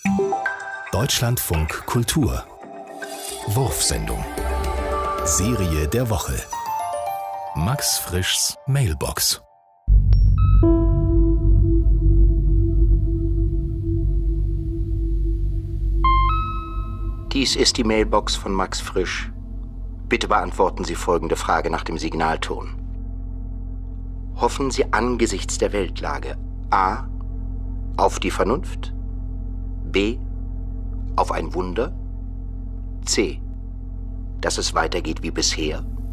Deutschlandfunk Kultur Wurfsendung Serie der Woche Max Frischs Mailbox. Dies ist die Mailbox von Max Frisch. Bitte beantworten Sie folgende Frage nach dem Signalton. Hoffen Sie angesichts der Weltlage a. auf die Vernunft, b. auf ein Wunder, c. dass es weitergeht wie bisher